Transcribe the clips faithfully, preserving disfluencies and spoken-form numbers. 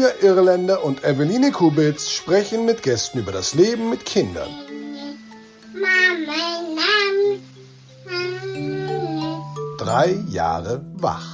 Julia Irländer und Eveline Kubitz sprechen mit Gästen über das Leben mit Kindern. Drei Jahre wach.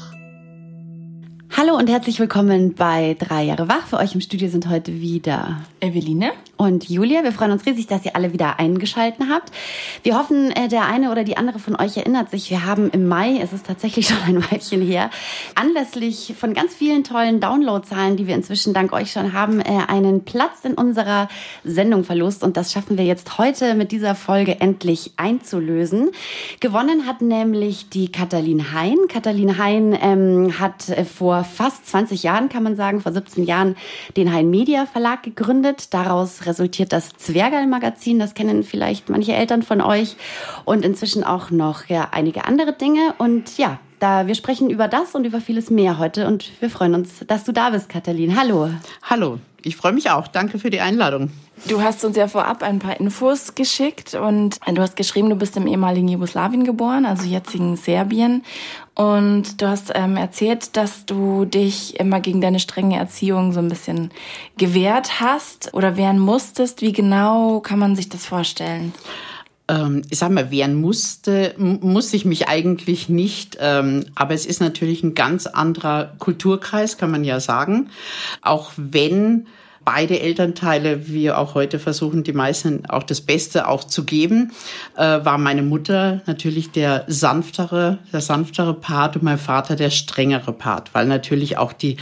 Hallo und herzlich willkommen bei Drei Jahre wach. Für euch im Studio sind heute wieder Eveline und Julia. Wir freuen uns riesig, dass ihr alle wieder eingeschaltet habt. Wir hoffen, der eine oder die andere von euch erinnert sich. Wir haben im Mai, es ist tatsächlich schon ein Weilchen her, anlässlich von ganz vielen tollen Downloadzahlen, die wir inzwischen dank euch schon haben, einen Platz in unserer Sendung verlost. Und das schaffen wir jetzt heute mit dieser Folge endlich einzulösen. Gewonnen hat nämlich die Katalin Hein. Katalin Hein ähm, hat vor fast zwanzig Jahren, kann man sagen, vor siebzehn Jahren den Hein Media Verlag gegründet. Daraus resultiert das Zwergerl-Magazin. Das kennen vielleicht manche Eltern von euch. Und inzwischen auch noch ja, einige andere Dinge. Und ja, da wir sprechen über das und über vieles mehr heute. Und wir freuen uns, dass du da bist, Katalin. Hallo. Hallo, ich freue mich auch. Danke für die Einladung. Du hast uns ja vorab ein paar Infos geschickt und du hast geschrieben, du bist im ehemaligen Jugoslawien geboren, also jetzigen Serbien. Und du hast ähm, erzählt, dass du dich immer gegen deine strenge Erziehung so ein bisschen gewehrt hast oder wehren musstest. Wie genau kann man sich das vorstellen? Ähm, ich sag mal, wehren musste, muss ich mich eigentlich nicht. Ähm, aber es ist natürlich ein ganz anderer Kulturkreis, kann man ja sagen. Auch wenn beide Elternteile, wir auch heute versuchen, die meisten auch das Beste auch zu geben, äh, war meine Mutter natürlich der sanftere, der sanftere Part und mein Vater der strengere Part, weil natürlich auch die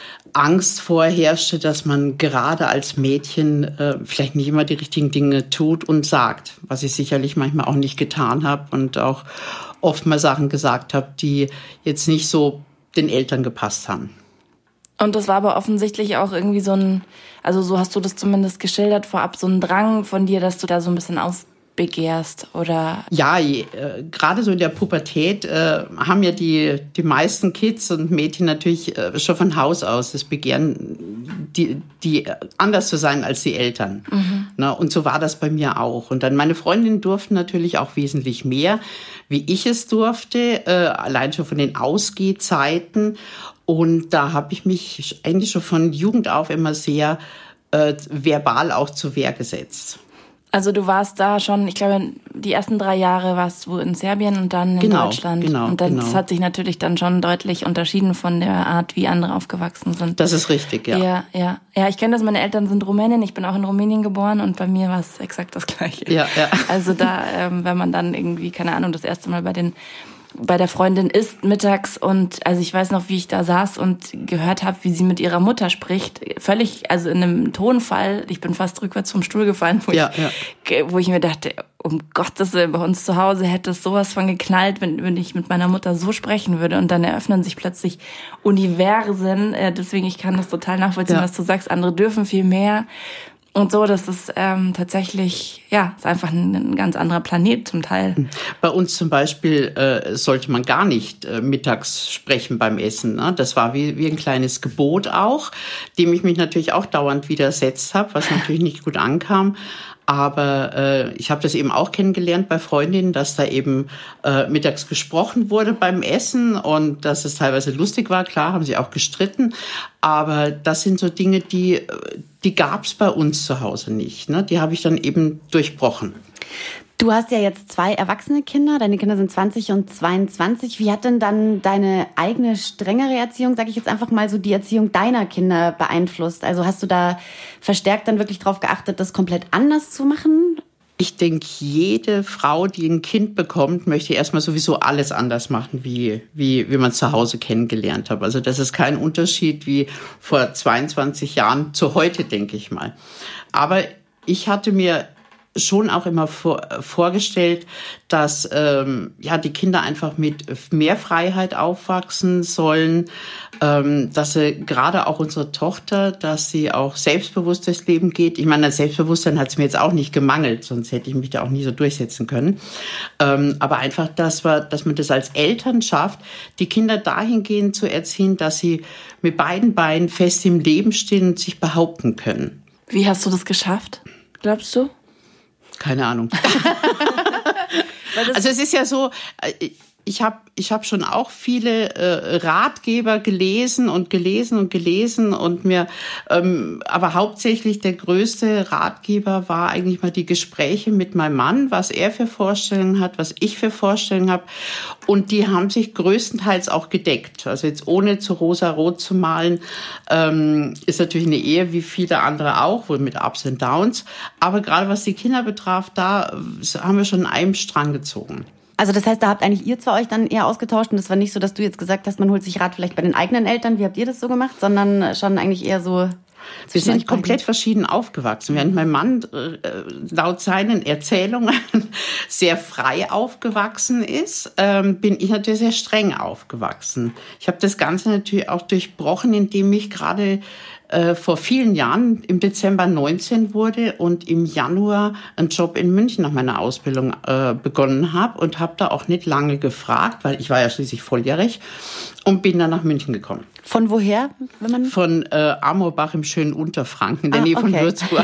Angst vorherrschte, dass man gerade als Mädchen äh, vielleicht nicht immer die richtigen Dinge tut und sagt, was ich sicherlich manchmal auch nicht getan habe und auch oft mal Sachen gesagt habe, die jetzt nicht so den Eltern gepasst haben. Und das war aber offensichtlich auch irgendwie so ein, also so hast du das zumindest geschildert vorab, so ein Drang von dir, dass du da so ein bisschen aufbegehrst, oder? Ja, äh, gerade so in der Pubertät äh, haben ja die die meisten Kids und Mädchen natürlich äh, schon von Haus aus das Begehren, die die anders zu sein als die Eltern. Mhm. Na, und so war das bei mir auch. Und dann meine Freundinnen durften natürlich auch wesentlich mehr, wie ich es durfte, äh, allein schon von den Ausgehzeiten. Und da habe ich mich eigentlich schon von Jugend auf immer sehr äh, verbal auch zur Wehr gesetzt. Also du warst da schon, ich glaube, die ersten drei Jahre warst du in Serbien und dann in genau, Deutschland. Genau, und dann, genau. Das hat sich natürlich dann schon deutlich unterschieden von der Art, wie andere aufgewachsen sind. Das ist richtig, ja. Ja, ja. Ja, ich kenne das, meine Eltern sind Rumänin, ich bin auch in Rumänien geboren und bei mir war es exakt das Gleiche. Ja, ja. Also da, ähm, wenn man dann irgendwie, keine Ahnung, das erste Mal bei den bei der Freundin isst mittags und also ich weiß noch, wie ich da saß und gehört habe, wie sie mit ihrer Mutter spricht, völlig, also in einem Tonfall, ich bin fast rückwärts vom Stuhl gefallen, wo, ja, ich, ja. wo ich mir dachte, um Gottes Willen, bei uns zu Hause hätte es sowas von geknallt, wenn, wenn ich mit meiner Mutter so sprechen würde und dann eröffnen sich plötzlich Universen, deswegen ich kann das total nachvollziehen, ja. Was du sagst, andere dürfen viel mehr. Und so, das ist ähm, tatsächlich, ja, ist einfach ein, ein ganz anderer Planet zum Teil. Bei uns zum Beispiel äh, sollte man gar nicht äh, mittags sprechen beim Essen. Ne? Das war wie, wie ein kleines Gebot auch, dem ich mich natürlich auch dauernd widersetzt habe, was natürlich nicht gut ankam. Aber äh, ich habe das eben auch kennengelernt bei Freundinnen, dass da eben äh, mittags gesprochen wurde beim Essen und dass es teilweise lustig war. Klar, haben sie auch gestritten. Aber das sind so Dinge, die, die gab es bei uns zu Hause nicht. Ne? Die habe ich dann eben durchbrochen. Du hast ja jetzt zwei erwachsene Kinder, deine Kinder sind zwanzig und zweiundzwanzig. Wie hat denn dann deine eigene strengere Erziehung, sage ich jetzt einfach mal so, die Erziehung deiner Kinder beeinflusst? Also hast du da verstärkt dann wirklich darauf geachtet, das komplett anders zu machen? Ich denke, jede Frau, die ein Kind bekommt, möchte erstmal sowieso alles anders machen, wie, wie, wie man es zu Hause kennengelernt hat. Also das ist kein Unterschied wie vor zweiundzwanzig Jahren zu heute, denke ich mal. Aber ich hatte mir schon auch immer vor, vorgestellt, dass ähm, ja die Kinder einfach mit mehr Freiheit aufwachsen sollen, ähm, dass sie gerade auch unsere Tochter, dass sie auch selbstbewusst durchs Leben geht. Ich meine, das Selbstbewusstsein hat es mir jetzt auch nicht gemangelt, sonst hätte ich mich da auch nie so durchsetzen können. Ähm, aber einfach, dass wir, dass man das als Eltern schafft, die Kinder dahingehend zu erziehen, dass sie mit beiden Beinen fest im Leben stehen und sich behaupten können. Wie hast du das geschafft, glaubst du? Keine Ahnung. Also es ist ja so, ich habe ich hab schon auch viele äh, Ratgeber gelesen und gelesen und gelesen und mir, ähm, aber hauptsächlich der größte Ratgeber war eigentlich mal die Gespräche mit meinem Mann, was er für Vorstellungen hat, was ich für Vorstellungen habe. Und die haben sich größtenteils auch gedeckt. Also jetzt ohne zu rosa-rot zu malen, ähm, ist natürlich eine Ehe wie viele andere auch, wohl mit Ups und Downs. Aber gerade was die Kinder betraf, da haben wir schon an einem Strang gezogen. Also das heißt, da habt eigentlich ihr zwei euch dann eher ausgetauscht und das war nicht so, dass du jetzt gesagt hast, man holt sich Rat vielleicht bei den eigenen Eltern, wie habt ihr das so gemacht, sondern schon eigentlich eher so... Wir sind komplett verschieden aufgewachsen. Während mein Mann äh, laut seinen Erzählungen sehr frei aufgewachsen ist, ähm, bin ich natürlich sehr streng aufgewachsen. Ich habe das Ganze natürlich auch durchbrochen, indem ich gerade äh, vor vielen Jahren im Dezember neunzehn wurde und im Januar einen Job in München nach meiner Ausbildung äh, begonnen habe und habe da auch nicht lange gefragt, weil ich war ja schließlich volljährig und bin dann nach München gekommen. Von woher? Wenn man Von äh, Amorbach im schönen Unterfranken, in der ah, Nähe von okay. Würzburg.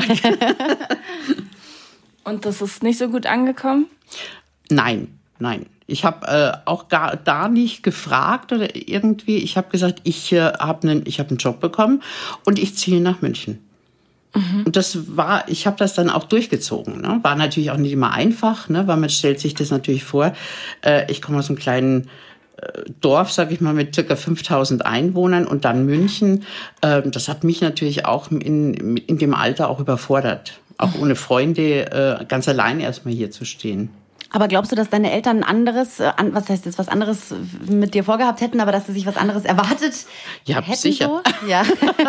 Und das ist nicht so gut angekommen? Nein, nein. Ich habe äh, auch gar da nicht gefragt oder irgendwie. Ich habe gesagt, ich äh, habe einen, ich habe einen Job bekommen und ich ziehe nach München. Mhm. Und das war, ich habe das dann auch durchgezogen. Ne? War natürlich auch nicht immer einfach, ne? Weil man stellt sich das natürlich vor. Äh, ich komme aus einem kleinen Dorf, sage ich mal, mit circa fünftausend Einwohnern und dann München. Das hat mich natürlich auch in, in dem Alter auch überfordert. Auch ohne Freunde, ganz allein erstmal hier zu stehen. Aber glaubst du, dass deine Eltern ein anderes, was heißt jetzt, was anderes mit dir vorgehabt hätten, aber dass sie sich was anderes erwartet ja, hätten? Sicher. So? Ja,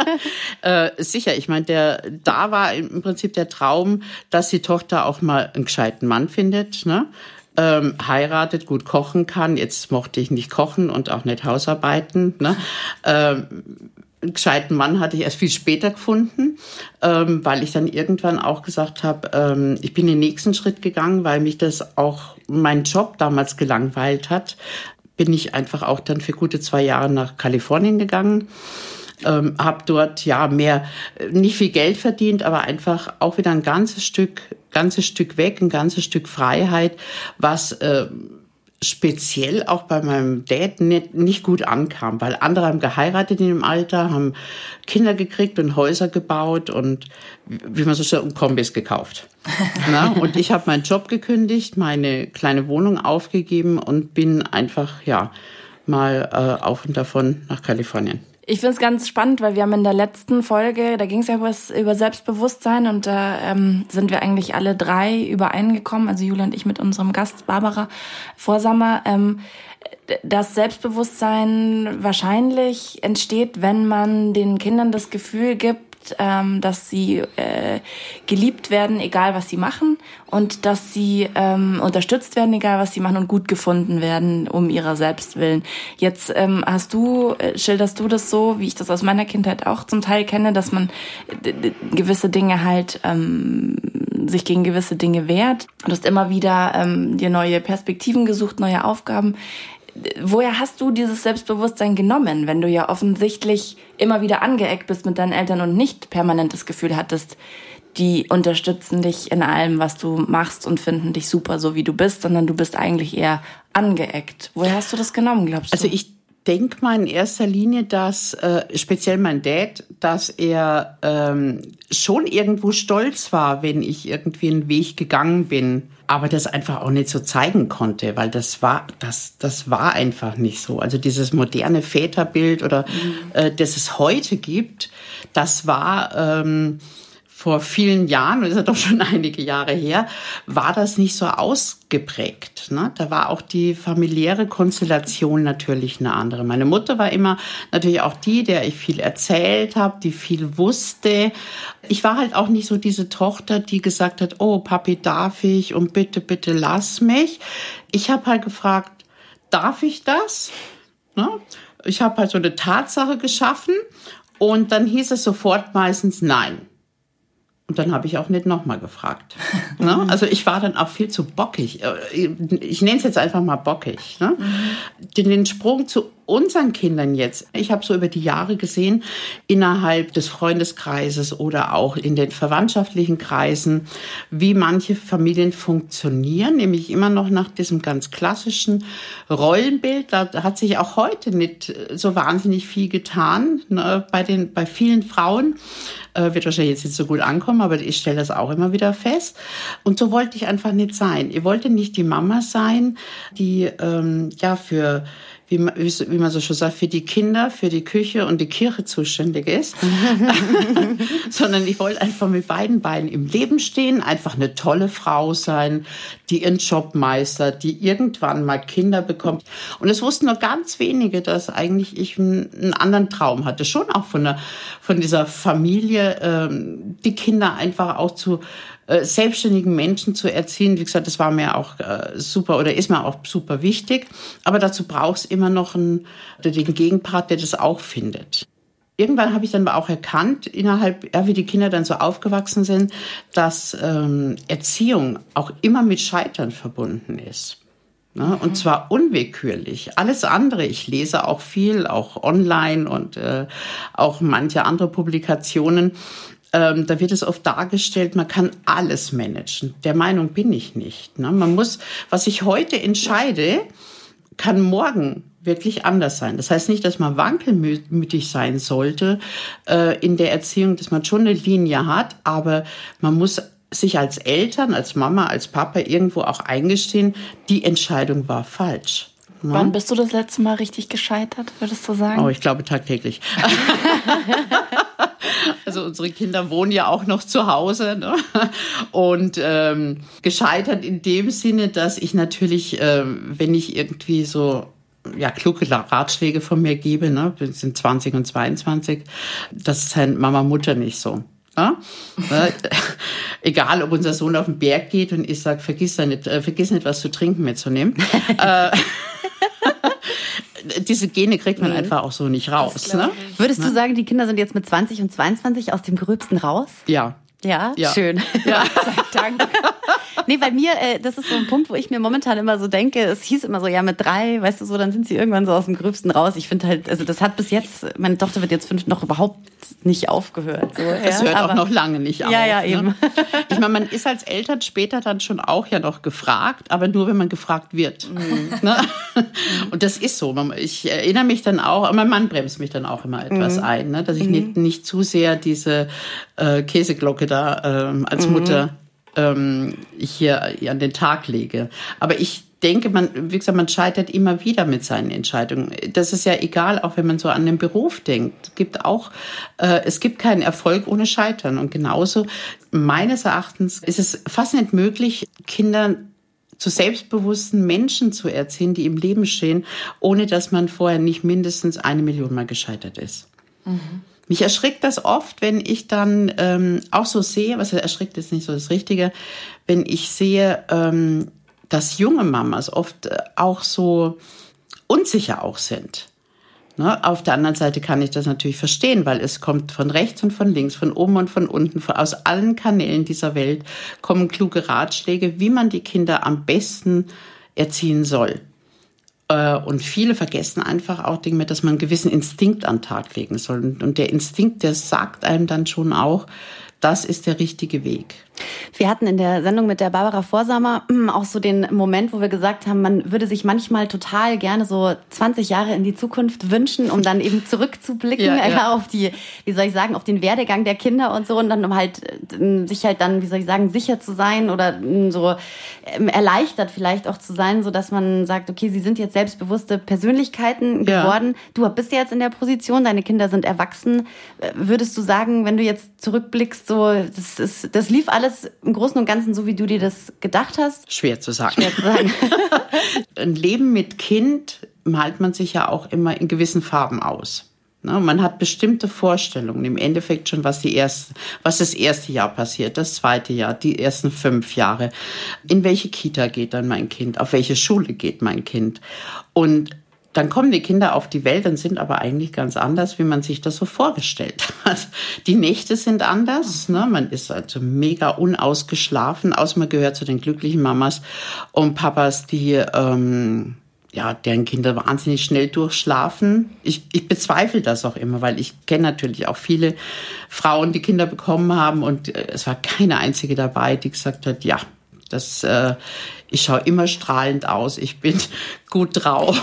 äh, sicher. Ich meine, der, da war im Prinzip der Traum, dass die Tochter auch mal einen gescheiten Mann findet, ne? Ähm, heiratet, gut kochen kann. Jetzt mochte ich nicht kochen und auch nicht Hausarbeiten. Ne? Ähm, einen gescheiten Mann hatte ich erst viel später gefunden, ähm, weil ich dann irgendwann auch gesagt habe, ähm, ich bin den nächsten Schritt gegangen, weil mich das auch mein Job damals gelangweilt hat. Bin ich einfach auch dann für gute zwei Jahre nach Kalifornien gegangen. Ähm, habe dort ja mehr, nicht viel Geld verdient, aber einfach auch wieder ein ganzes Stück, ganzes Stück weg, ein ganzes Stück Freiheit, was äh, speziell auch bei meinem Dad nicht, nicht gut ankam, weil andere haben geheiratet in dem Alter, haben Kinder gekriegt und Häuser gebaut und, wie man so schön, Kombis gekauft. Na, und ich habe meinen Job gekündigt, meine kleine Wohnung aufgegeben und bin einfach, ja, mal äh, auf und davon nach Kalifornien. Ich finde es ganz spannend, weil wir haben in der letzten Folge, da ging es ja was über Selbstbewusstsein und da ähm, sind wir eigentlich alle drei übereingekommen, also Julia und ich mit unserem Gast Barbara Vorsamer, ähm, dass Selbstbewusstsein wahrscheinlich entsteht, wenn man den Kindern das Gefühl gibt, ähm, dass sie äh, geliebt werden, egal was sie machen, und dass sie ähm, unterstützt werden, egal was sie machen, und gut gefunden werden, um ihrer selbst willen. Jetzt ähm, hast du, äh, schilderst du das so, wie ich das aus meiner Kindheit auch zum Teil kenne, dass man d- d- gewisse Dinge halt ähm, sich gegen gewisse Dinge wehrt. Du hast immer wieder ähm, dir neue Perspektiven gesucht, neue Aufgaben. Woher hast du dieses Selbstbewusstsein genommen, wenn du ja offensichtlich immer wieder angeeckt bist mit deinen Eltern und nicht permanent das Gefühl hattest, die unterstützen dich in allem, was du machst und finden dich super, so wie du bist, sondern du bist eigentlich eher angeeckt. Woher hast du das genommen, glaubst du? Also ich denke mal in erster Linie, dass äh, speziell mein Dad, dass er ähm, schon irgendwo stolz war, wenn ich irgendwie einen Weg gegangen bin, aber das einfach auch nicht so zeigen konnte, weil das war das das war einfach nicht so. Also dieses moderne Väterbild oder mhm. äh, das es heute gibt, das war ähm, vor vielen Jahren, das ist ja doch schon einige Jahre her, war das nicht so ausgeprägt. Ne? Da war auch die familiäre Konstellation natürlich eine andere. Meine Mutter war immer natürlich auch die, der ich viel erzählt habe, die viel wusste. Ich war halt auch nicht so diese Tochter, die gesagt hat, oh Papi, darf ich und bitte, bitte lass mich. Ich habe halt gefragt, darf ich das? Ne? Ich habe halt so eine Tatsache geschaffen und dann hieß es sofort meistens nein. Und dann habe ich auch nicht nochmal gefragt. Mhm. Ne? Also ich war dann auch viel zu bockig. Ich nenne es jetzt einfach mal bockig. Ne? Mhm. Den, den Sprung zu unseren Kindern jetzt. Ich habe so über die Jahre gesehen, innerhalb des Freundeskreises oder auch in den verwandtschaftlichen Kreisen, wie manche Familien funktionieren, nämlich immer noch nach diesem ganz klassischen Rollenbild. Da hat sich auch heute nicht so wahnsinnig viel getan, ne, bei den, bei vielen Frauen. Äh, wird wahrscheinlich jetzt nicht so gut ankommen, aber ich stelle das auch immer wieder fest. Und so wollte ich einfach nicht sein. Ich wollte nicht die Mama sein, die ähm, ja für Wie man, wie man so schon sagt, für die Kinder, für die Küche und die Kirche zuständig ist. Sondern ich wollte einfach mit beiden Beinen im Leben stehen, einfach eine tolle Frau sein, die ihren Job meistert, die irgendwann mal Kinder bekommt. Und es wussten nur ganz wenige, dass eigentlich ich einen, einen anderen Traum hatte. Schon auch von, der, von dieser Familie, ähm, die Kinder einfach auch zu selbstständigen Menschen zu erziehen. Wie gesagt, das war mir auch äh, super oder ist mir auch super wichtig. Aber dazu braucht es immer noch einen, den Gegenpart, der das auch findet. Irgendwann habe ich dann aber auch erkannt, innerhalb, ja, wie die Kinder dann so aufgewachsen sind, dass ähm, Erziehung auch immer mit Scheitern verbunden ist. Ne? Und zwar unwillkürlich. Alles andere, ich lese auch viel, auch online und äh, auch manche andere Publikationen. Ähm, da wird es oft dargestellt, man kann alles managen. Der Meinung bin ich nicht. Ne? Man muss, was ich heute entscheide, kann morgen wirklich anders sein. Das heißt nicht, dass man wankelmütig sein sollte äh, in der Erziehung, dass man schon eine Linie hat, aber man muss sich als Eltern, als Mama, als Papa irgendwo auch eingestehen, die Entscheidung war falsch. Ne? Wann bist du das letzte Mal richtig gescheitert, würdest du sagen? Oh, ich glaube tagtäglich. Also unsere Kinder wohnen ja auch noch zu Hause, ne? Und ähm, gescheitert in dem Sinne, dass ich natürlich, ähm, wenn ich irgendwie so ja kluge Ratschläge von mir gebe, ne, wir sind zwanzig und zweiundzwanzig, das ist halt Mama, Mutter nicht so. Ne? Egal, ob unser Sohn auf den Berg geht und ich sage, vergiss nicht, äh, vergiss nicht, was zu trinken mitzunehmen. äh, Diese Gene kriegt man mhm. einfach auch so nicht raus. Ne? Würdest du sagen, die Kinder sind jetzt mit zwanzig und zweiundzwanzig aus dem Gröbsten raus? Ja. Ja, ja. Schön. Ja. Sei Dank. Nee, bei mir, äh, das ist so ein Punkt, wo ich mir momentan immer so denke, es hieß immer so, ja, mit drei, weißt du so, dann sind sie irgendwann so aus dem Gröbsten raus. Ich finde halt, also das hat bis jetzt, meine Tochter wird jetzt fünf, noch überhaupt nicht aufgehört. So, das ja, hört aber auch noch lange nicht auf. Ja, ja, ne? eben. Ich meine, man ist als Eltern später dann schon auch ja noch gefragt, aber nur, wenn man gefragt wird. Mhm. Ne? Und das ist so. Ich erinnere mich dann auch, mein Mann bremst mich dann auch immer etwas mhm. ein, ne? Dass ich mhm. nicht, nicht zu sehr diese äh, Käseglocke da ähm, als mhm. Mutter ähm, hier an den Tag lege. Aber ich denke, man, wie gesagt, man scheitert immer wieder mit seinen Entscheidungen. Das ist ja egal, auch wenn man so an den Beruf denkt. Es gibt auch, äh, es gibt keinen Erfolg ohne Scheitern. Und genauso, meines Erachtens, ist es fast nicht möglich, Kindern zu selbstbewussten Menschen zu erziehen, die im Leben stehen, ohne dass man vorher nicht mindestens eine Million Mal gescheitert ist. Mhm. Mich erschrickt das oft, wenn ich dann ähm, auch so sehe, was erschrickt ist nicht so das Richtige, wenn ich sehe, ähm, dass junge Mamas oft auch so unsicher auch sind. Ne? Auf der anderen Seite kann ich das natürlich verstehen, weil es kommt von rechts und von links, von oben und von unten, von, aus allen Kanälen dieser Welt kommen kluge Ratschläge, wie man die Kinder am besten erziehen soll. Und viele vergessen einfach auch Dinge, dass man einen gewissen Instinkt an den Tag legen soll. Und der Instinkt, der sagt einem dann schon auch, das ist der richtige Weg. Wir hatten in der Sendung mit der Barbara Vorsamer auch so den Moment, wo wir gesagt haben, man würde sich manchmal total gerne so zwanzig Jahre in die Zukunft wünschen, um dann eben zurückzublicken ja, ja. auf die, wie soll ich sagen, auf den Werdegang der Kinder und so und dann um halt sich halt dann, wie soll ich sagen, sicher zu sein oder so erleichtert vielleicht auch zu sein, so dass man sagt, okay, sie sind jetzt selbstbewusste Persönlichkeiten geworden. Ja. Du bist jetzt in der Position, deine Kinder sind erwachsen. Würdest du sagen, wenn du jetzt zurückblickst, so das ist, das lief alles im Großen und Ganzen so, wie du dir das gedacht hast? Schwer zu sagen. Schwer zu sagen. Ein Leben mit Kind malt man sich ja auch immer in gewissen Farben aus. Man hat bestimmte Vorstellungen, im Endeffekt schon, was, die erste, was das erste Jahr passiert, das zweite Jahr, die ersten fünf Jahre. In welche Kita geht dann mein Kind? Auf welche Schule geht mein Kind? Und dann kommen die Kinder auf die Welt und sind aber eigentlich ganz anders, wie man sich das so vorgestellt hat. Die Nächte sind anders, ne? Man ist also mega unausgeschlafen, außer man gehört zu den glücklichen Mamas und Papas, die ähm, ja, deren Kinder wahnsinnig schnell durchschlafen. Ich, ich bezweifle das auch immer, weil ich kenne natürlich auch viele Frauen, die Kinder bekommen haben und äh, es war keine einzige dabei, die gesagt hat, ja, das, äh, ich schaue immer strahlend aus, ich bin gut drauf.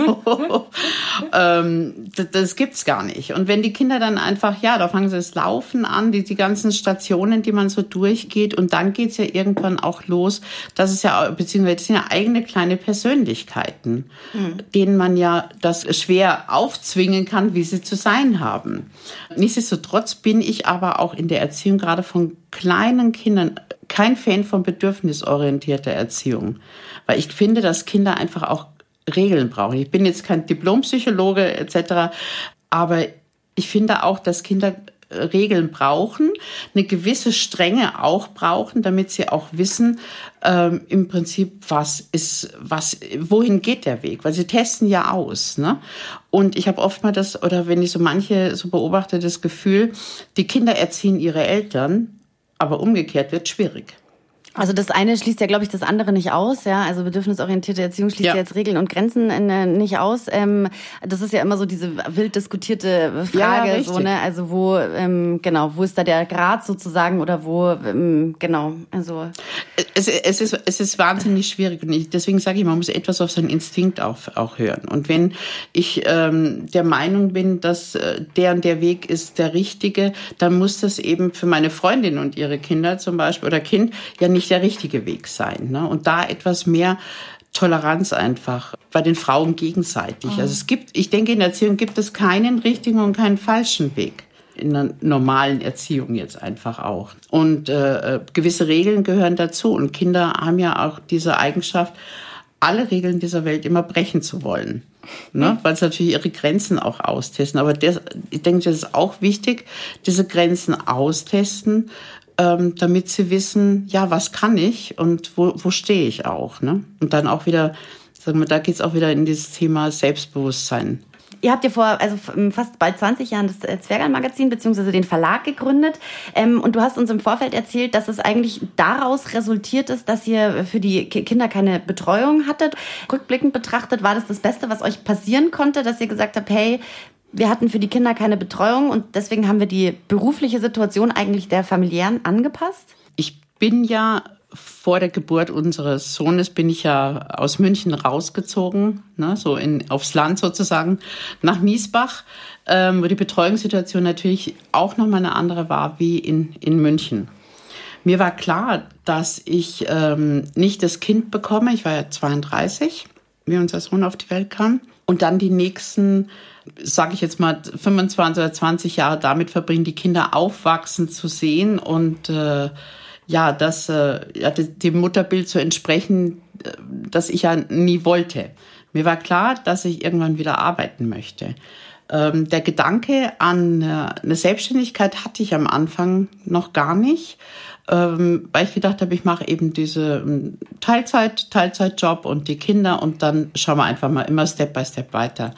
ähm, das, das gibt's gar nicht. Und wenn die Kinder dann einfach, ja, da fangen sie das Laufen an, die, die ganzen Stationen, die man so durchgeht, und dann geht's ja irgendwann auch los, das ist ja, beziehungsweise das sind ja eigene kleine Persönlichkeiten, mhm. denen man ja das schwer aufzwingen kann, wie sie zu sein haben. Nichtsdestotrotz bin ich aber auch in der Erziehung gerade von kleinen Kindern kein Fan von bedürfnisorientierter Erziehung, weil ich finde, dass Kinder einfach auch Regeln brauchen. Ich bin jetzt kein Diplompsychologe et cetera, aber ich finde auch, dass Kinder Regeln brauchen, eine gewisse Strenge auch brauchen, damit sie auch wissen, ähm, im Prinzip, was ist, was, wohin geht der Weg? Weil sie testen ja aus, ne? Und ich habe oft mal das, oder wenn ich so manche so beobachte, das Gefühl, die Kinder erziehen ihre Eltern, aber umgekehrt wird schwierig. Also das eine schließt ja, glaube ich, das andere nicht aus. Ja, also bedürfnisorientierte Erziehung schließt ja, ja jetzt Regeln und Grenzen äh, nicht aus. Ähm, das ist ja immer so diese wild diskutierte Frage, ja, ja, so, ne? Also wo ähm, genau, wo ist da der Grad sozusagen oder wo ähm, genau? Also es, es ist es ist wahnsinnig schwierig und ich, deswegen sage ich, man muss etwas auf seinen Instinkt auch auch hören. Und wenn ich ähm, der Meinung bin, dass äh, der und der Weg ist der richtige, dann muss das eben für meine Freundin und ihre Kinder zum Beispiel oder Kind ja nicht der richtige Weg sein, ne? Und da etwas mehr Toleranz einfach bei den Frauen gegenseitig. Oh. Also es gibt, ich denke, in der Erziehung gibt es keinen richtigen und keinen falschen Weg. In einer normalen Erziehung jetzt einfach auch. Und äh, gewisse Regeln gehören dazu. Und Kinder haben ja auch diese Eigenschaft, alle Regeln dieser Welt immer brechen zu wollen. Ne? Weil sie natürlich ihre Grenzen auch austesten. Aber das, ich denke, das ist auch wichtig, diese Grenzen austesten, ähm, damit sie wissen, ja, was kann ich und wo, wo stehe ich auch. Ne? Und dann auch wieder, sagen wir, da geht es auch wieder in dieses Thema Selbstbewusstsein. Ihr habt ja vor also fast bald zwanzig Jahren das Zwergal-Magazin bzw. den Verlag gegründet. Und du hast uns im Vorfeld erzählt, dass es eigentlich daraus resultiert ist, dass ihr für die Kinder keine Betreuung hattet. Rückblickend betrachtet, war das das Beste, was euch passieren konnte, dass ihr gesagt habt, hey, wir hatten für die Kinder keine Betreuung und deswegen haben wir die berufliche Situation eigentlich der familiären angepasst? Ich bin ja vor der Geburt unseres Sohnes bin ich ja aus München rausgezogen, ne, so in, aufs Land sozusagen, nach Miesbach, ähm, wo die Betreuungssituation natürlich auch nochmal eine andere war wie in, in München. Mir war klar, dass ich ähm, nicht das Kind bekomme. Ich war ja zweiunddreißig, wie unser Sohn auf die Welt kam. Und dann die nächsten, sage ich jetzt mal, fünfundzwanzig oder zwanzig Jahre damit verbringen, die Kinder aufwachsen zu sehen und äh, ja, das, äh, ja, dem Mutterbild zu entsprechen, das ich ja nie wollte. Mir war klar, dass ich irgendwann wieder arbeiten möchte. Ähm, der Gedanke an äh, eine Selbstständigkeit hatte ich am Anfang noch gar nicht, ähm, weil ich gedacht habe, ich mache eben diese Teilzeit, Teilzeitjob und die Kinder und dann schauen wir einfach mal immer Step by Step weiter.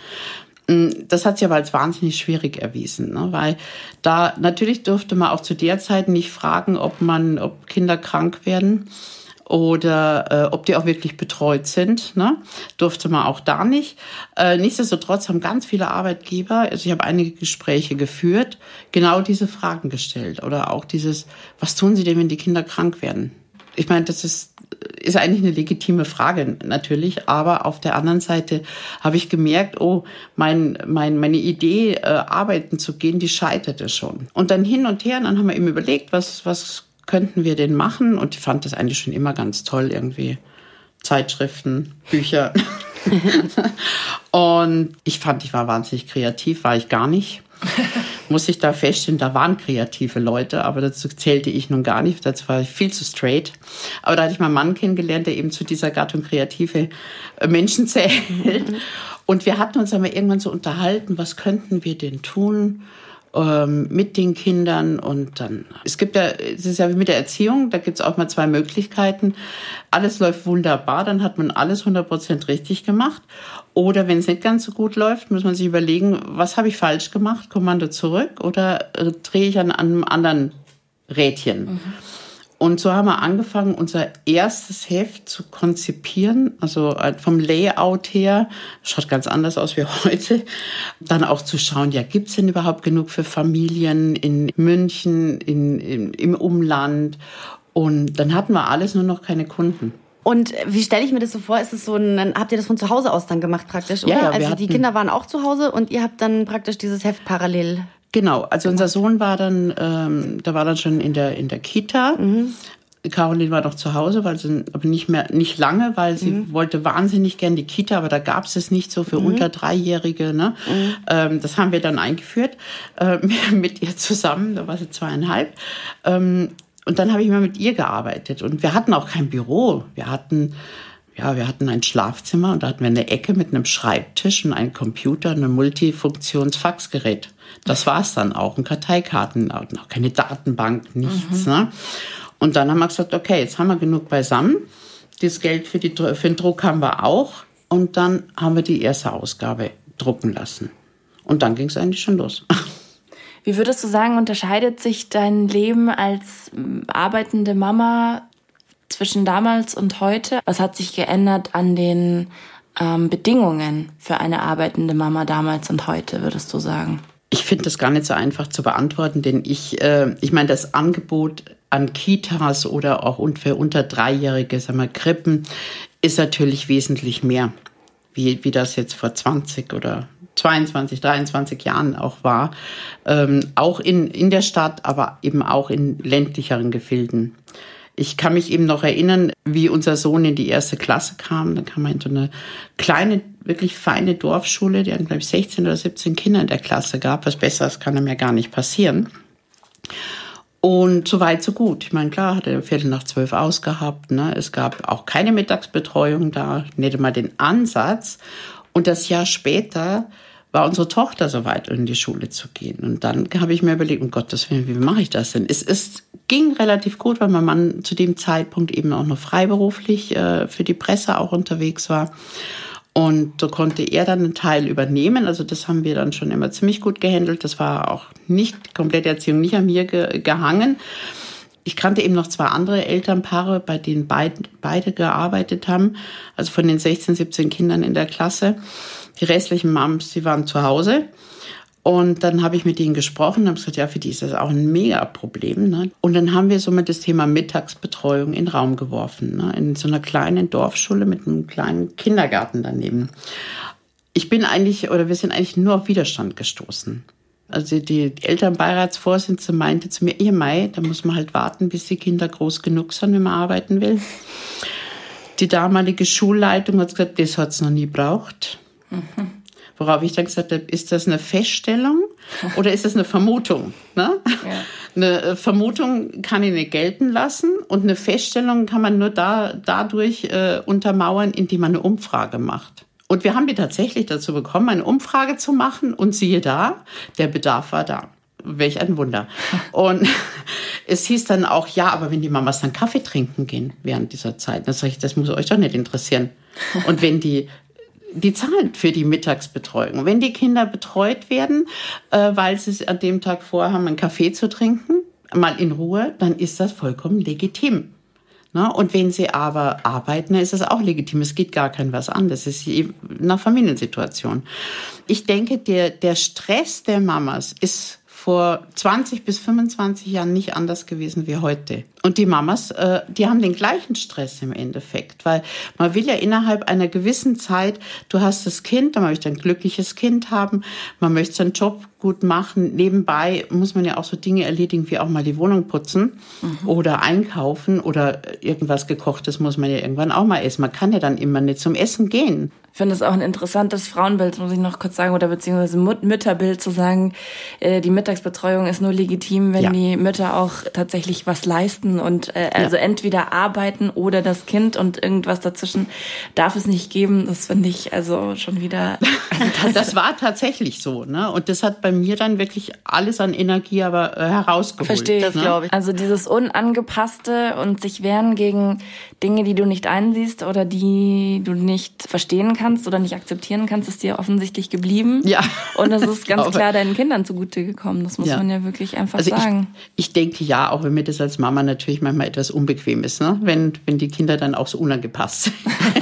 Das hat sich aber als wahnsinnig schwierig erwiesen, ne? Weil da natürlich durfte man auch zu der Zeit nicht fragen, ob man, ob Kinder krank werden oder äh, ob die auch wirklich betreut sind, ne? Durfte man auch da nicht. Äh, nichtsdestotrotz haben ganz viele Arbeitgeber, also ich habe einige Gespräche geführt, genau diese Fragen gestellt oder auch dieses, was tun sie denn, wenn die Kinder krank werden? Ich meine, das ist, ist eigentlich eine legitime Frage natürlich, aber auf der anderen Seite habe ich gemerkt, oh, mein, mein, meine Idee, äh, arbeiten zu gehen, die scheiterte schon. Und dann hin und her, und dann haben wir eben überlegt, was, was könnten wir denn machen? Und ich fand das eigentlich schon immer ganz toll, irgendwie Zeitschriften, Bücher. Und ich fand, ich war wahnsinnig kreativ, war ich gar nicht. Muss ich da feststellen, da waren kreative Leute, aber dazu zählte ich nun gar nicht, dazu war ich viel zu straight. Aber da hatte ich meinen Mann kennengelernt, der eben zu dieser Gattung kreative Menschen zählt. Und wir hatten uns aber irgendwann so unterhalten, was könnten wir denn tun, ähm, mit den Kindern. Und dann, es gibt ja, es ist ja wie mit der Erziehung, da gibt es auch mal zwei Möglichkeiten. Alles läuft wunderbar, dann hat man alles hundert Prozent richtig gemacht. Oder wenn es nicht ganz so gut läuft, muss man sich überlegen, was habe ich falsch gemacht, Kommando zurück oder äh, drehe ich an einem anderen Rädchen. Mhm. Und so haben wir angefangen, unser erstes Heft zu konzipieren, also vom Layout her, schaut ganz anders aus wie heute. Dann auch zu schauen, ja, gibt es denn überhaupt genug für Familien in München, in, in, im Umland? Und dann hatten wir alles, nur noch keine Kunden. Und wie stelle ich mir das so vor? Ist es so ein, habt ihr das von zu Hause aus dann gemacht praktisch, oder? Ja, ja, also hatten, die Kinder waren auch zu Hause und ihr habt dann praktisch dieses Heft parallel. Genau, also unser Sohn war dann, ähm, da war dann schon in der in der Kita. Mhm. Caroline war noch zu Hause, weil sie aber nicht mehr nicht lange, weil sie mhm. wollte wahnsinnig gern die Kita, aber da gab es es nicht so für mhm. unter Dreijährige. Ne? Mhm. Ähm, das haben wir dann eingeführt äh, mit ihr zusammen. Da war sie zweieinhalb. Ähm, und dann habe ich mal mit ihr gearbeitet und wir hatten auch kein Büro. Wir hatten Ja, wir hatten ein Schlafzimmer und da hatten wir eine Ecke mit einem Schreibtisch und einen Computer und ein Multifunktions-Faxgerät. Das war's dann auch. Und Karteikarten, auch keine Datenbank, nichts. Mhm. Ne? Und dann haben wir gesagt, okay, jetzt haben wir genug beisammen. Das Geld für, die, für den Druck haben wir auch. Und dann haben wir die erste Ausgabe drucken lassen. Und dann ging es eigentlich schon los. Wie würdest du sagen, unterscheidet sich dein Leben als arbeitende Mama zwischen damals und heute? Was hat sich geändert an den ähm, Bedingungen für eine arbeitende Mama damals und heute, würdest du sagen? Ich finde das gar nicht so einfach zu beantworten, denn ich, äh, ich meine, das Angebot an Kitas oder auch für unter Dreijährige, sagen wir, Krippen, ist natürlich wesentlich mehr, wie, wie das jetzt vor zwanzig oder zweiundzwanzig, dreiundzwanzig Jahren auch war. Ähm, auch in, in der Stadt, aber eben auch in ländlicheren Gefilden. Ich kann mich eben noch erinnern, wie unser Sohn in die erste Klasse kam. Da kam er in so eine kleine, wirklich feine Dorfschule. Die hatten, glaube ich, sechzehn oder siebzehn Kinder in der Klasse gab. Was Besseres kann einem ja gar nicht passieren. Und so weit, so gut. Ich meine, klar, hat er Viertel nach zwölf ausgehabt. Ne? Es gab auch keine Mittagsbetreuung da, nicht mal den Ansatz. Und das Jahr später war unsere Tochter so weit, in die Schule zu gehen. Und dann habe ich mir überlegt, um Gottes Willen, wie mache ich das denn? Es ist, ging relativ gut, weil mein Mann zu dem Zeitpunkt eben auch noch freiberuflich äh, für die Presse auch unterwegs war. Und so konnte er dann einen Teil übernehmen. Also das haben wir dann schon immer ziemlich gut gehandelt. Das war auch nicht, komplette Erziehung nicht an mir ge- gehangen. Ich kannte eben noch zwei andere Elternpaare, bei denen beid, beide gearbeitet haben. Also von den sechzehn, siebzehn Kindern in der Klasse. Die restlichen Moms, die waren zu Hause. Und dann habe ich mit denen gesprochen und habe gesagt, ja, für die ist das auch ein Mega-Problem. Ne? Und dann haben wir somit das Thema Mittagsbetreuung in den Raum geworfen. Ne? In so einer kleinen Dorfschule mit einem kleinen Kindergarten daneben. Ich bin eigentlich, oder wir sind eigentlich nur auf Widerstand gestoßen. Also die Elternbeiratsvorsitzende meinte zu mir, ihr Mai, da muss man halt warten, bis die Kinder groß genug sind, wenn man arbeiten will. Die damalige Schulleitung hat gesagt, das hat es noch nie gebraucht. Mhm. Worauf ich dann gesagt habe, ist das eine Feststellung oder ist das eine Vermutung? Ne? Ja. Eine Vermutung kann ich nicht gelten lassen und eine Feststellung kann man nur da, dadurch äh, untermauern, indem man eine Umfrage macht. Und wir haben die tatsächlich dazu bekommen, eine Umfrage zu machen und siehe da, der Bedarf war da. Welch ein Wunder. Und es hieß dann auch, ja, aber wenn die Mamas dann Kaffee trinken gehen während dieser Zeit, dann sage ich, das muss euch doch nicht interessieren. Und wenn die Die zahlen für die Mittagsbetreuung. Wenn die Kinder betreut werden, äh, weil sie es an dem Tag vorhaben, einen Kaffee zu trinken, mal in Ruhe, dann ist das vollkommen legitim. Na, und wenn sie aber arbeiten, dann ist das auch legitim. Es geht gar kein was an. Das ist eine Familiensituation. Ich denke, der, der Stress der Mamas ist vor zwanzig bis fünfundzwanzig Jahren nicht anders gewesen wie heute. Und die Mamas, äh, die haben den gleichen Stress im Endeffekt, weil man will ja innerhalb einer gewissen Zeit, du hast das Kind, dann möchte ein glückliches Kind haben, man möchte seinen Job gut machen. Nebenbei muss man ja auch so Dinge erledigen, wie auch mal die Wohnung putzen mhm. oder einkaufen oder irgendwas Gekochtes muss man ja irgendwann auch mal essen. Man kann ja dann immer nicht zum Essen gehen. Ich finde es auch ein interessantes Frauenbild, muss ich noch kurz sagen, oder beziehungsweise Mütterbild zu sagen, äh, die Mittagsbetreuung ist nur legitim, wenn ja. die Mütter auch tatsächlich was leisten und äh, also ja. entweder arbeiten oder das Kind und irgendwas dazwischen darf es nicht geben. Das finde ich also schon wieder... Also das, das war tatsächlich so, ne? Und das hat bei mir dann wirklich alles an Energie aber äh, herausgeholt. Verstehe ich, ne? glaube ich. Also dieses Unangepasste und sich wehren gegen Dinge, die du nicht einsiehst oder die du nicht verstehen kannst, kannst oder nicht akzeptieren kannst, ist dir offensichtlich geblieben. Ja. Und das ist ganz klar deinen Kindern zugute gekommen. Das muss ja. man ja wirklich einfach also sagen. Ich, ich denke ja, auch wenn mir das als Mama natürlich manchmal etwas unbequem ist, ne? wenn, wenn die Kinder dann auch so unangepasst sind.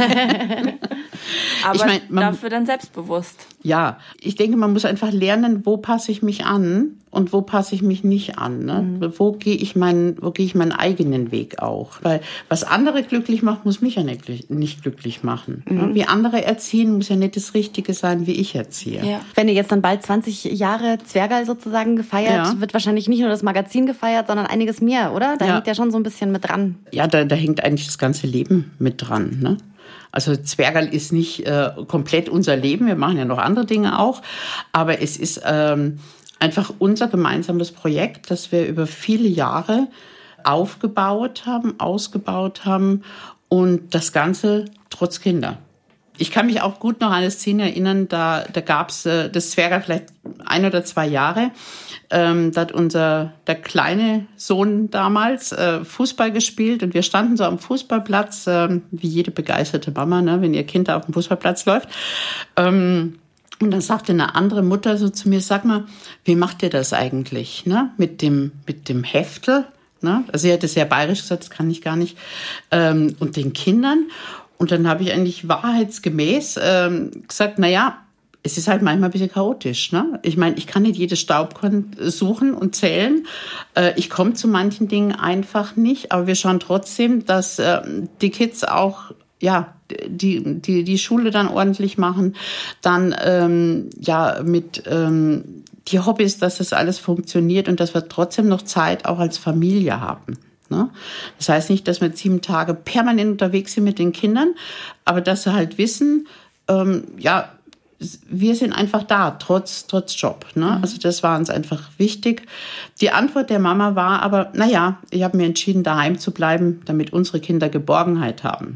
Aber ich mein, man, dafür dann selbstbewusst. Ja, ich denke, man muss einfach lernen, wo passe ich mich an und wo passe ich mich nicht an. Ne? Mhm. Wo gehe ich meinen, wo gehe ich meinen eigenen Weg auch? Weil was andere glücklich macht, muss mich ja nicht, nicht glücklich machen. Mhm. Ne? Wie andere erziehen, muss ja nicht das Richtige sein, wie ich erziehe. Ja. Wenn ihr jetzt dann bald zwanzig Jahre Zwergal sozusagen gefeiert, ja. wird wahrscheinlich nicht nur das Magazin gefeiert, sondern einiges mehr, oder? Da ja. hängt ja schon so ein bisschen mit dran. Ja, da, da hängt eigentlich das ganze Leben mit dran, ne? Also Zwergal ist nicht äh, komplett unser Leben, wir machen ja noch andere Dinge auch, aber es ist ähm, einfach unser gemeinsames Projekt, das wir über viele Jahre aufgebaut haben, ausgebaut haben und das Ganze trotz Kinder. Ich kann mich auch gut noch an eine Szene erinnern, da, da gab es äh, das Zwergal vielleicht ein oder zwei Jahre. Ähm, da hat unser der kleine Sohn damals äh, Fußball gespielt und wir standen so am Fußballplatz, äh, wie jede begeisterte Mama, ne, wenn ihr Kind da auf dem Fußballplatz läuft. Ähm, und dann sagte eine andere Mutter so zu mir, sag mal, wie macht ihr das eigentlich, ne, mit dem mit dem Heftel? Ne? Also sie hat es sehr bayerisch gesagt, das kann ich gar nicht. Ähm, und den Kindern. Und dann habe ich eigentlich wahrheitsgemäß ähm, gesagt, na ja, es ist halt manchmal ein bisschen chaotisch. Ne? Ich meine, ich kann nicht jedes Staubkorn suchen und zählen. Äh, ich komme zu manchen Dingen einfach nicht. Aber wir schauen trotzdem, dass äh, die Kids auch ja die die die Schule dann ordentlich machen. Dann ähm, ja mit ähm, die Hobbys, dass das alles funktioniert und dass wir trotzdem noch Zeit auch als Familie haben. Das heißt nicht, dass wir sieben Tage permanent unterwegs sind mit den Kindern, aber dass sie halt wissen, ähm, ja, wir sind einfach da, trotz, trotz Job. Ne? Mhm. Also das war uns einfach wichtig. Die Antwort der Mama war aber, naja, ich habe mir entschieden, daheim zu bleiben, damit unsere Kinder Geborgenheit haben.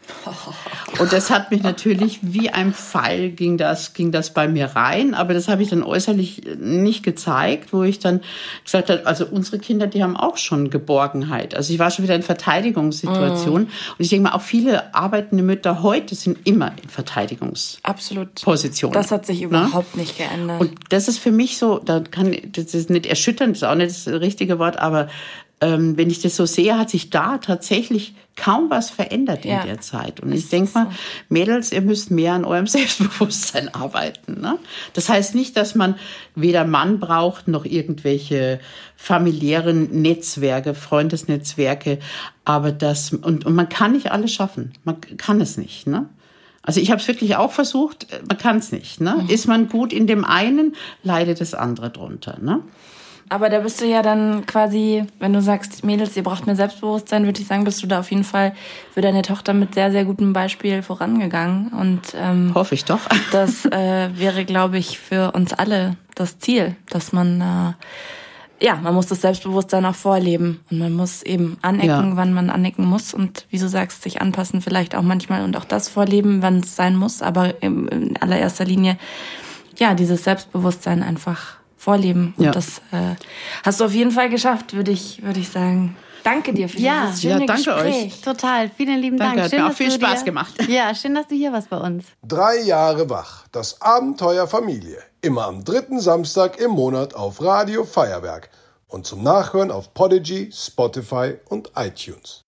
Und das hat mich natürlich wie ein Pfeil ging das, ging das bei mir rein. Aber das habe ich dann äußerlich nicht gezeigt, wo ich dann gesagt habe, also unsere Kinder, die haben auch schon Geborgenheit. Also ich war schon wieder in Verteidigungssituation. Mm. Und ich denke mal, auch viele arbeitende Mütter heute sind immer in Verteidigungspositionen. Das hat sich überhaupt ne? nicht geändert. Und das ist für mich so, da kann, das ist nicht erschütternd, das ist auch nicht das richtige Wort, aber ähm, wenn ich das so sehe, hat sich da tatsächlich kaum was verändert in ja, der Zeit. Und ich denke mal, so. Mädels, ihr müsst mehr an eurem Selbstbewusstsein arbeiten. Ne? Das heißt nicht, dass man weder Mann braucht, noch irgendwelche familiären Netzwerke, Freundesnetzwerke. Aber das, und, und man kann nicht alles schaffen. Man kann es nicht, ne? Also ich habe es wirklich auch versucht, man kann es nicht. Ne? Mhm. Ist man gut in dem einen, leidet das andere drunter. Ne? Aber da bist du ja dann quasi, wenn du sagst, Mädels, ihr braucht mehr Selbstbewusstsein, würde ich sagen, bist du da auf jeden Fall für deine Tochter mit sehr, sehr gutem Beispiel vorangegangen. Und ähm, hoffe ich doch. Das äh, wäre, glaube ich, für uns alle das Ziel, dass man, äh, ja, man muss das Selbstbewusstsein auch vorleben. Und man muss eben anecken, ja. wann man anecken muss. Und wie du sagst, sich anpassen vielleicht auch manchmal und auch das vorleben, wann es sein muss. Aber in allererster Linie, ja, dieses Selbstbewusstsein einfach vorleben. Und ja. das äh, hast du auf jeden Fall geschafft, würde ich, würde ich sagen. Danke dir für ja. dieses schöne ja, danke Gespräch. Euch. Total, vielen lieben danke, Dank. Schön, hat mir auch viel Spaß dir, gemacht. Ja, schön, dass du hier warst bei uns. Drei Jahre wach, das Abenteuer Familie. Immer am dritten Samstag im Monat auf Radio Feuerwerk. Und zum Nachhören auf Podigy, Spotify und iTunes.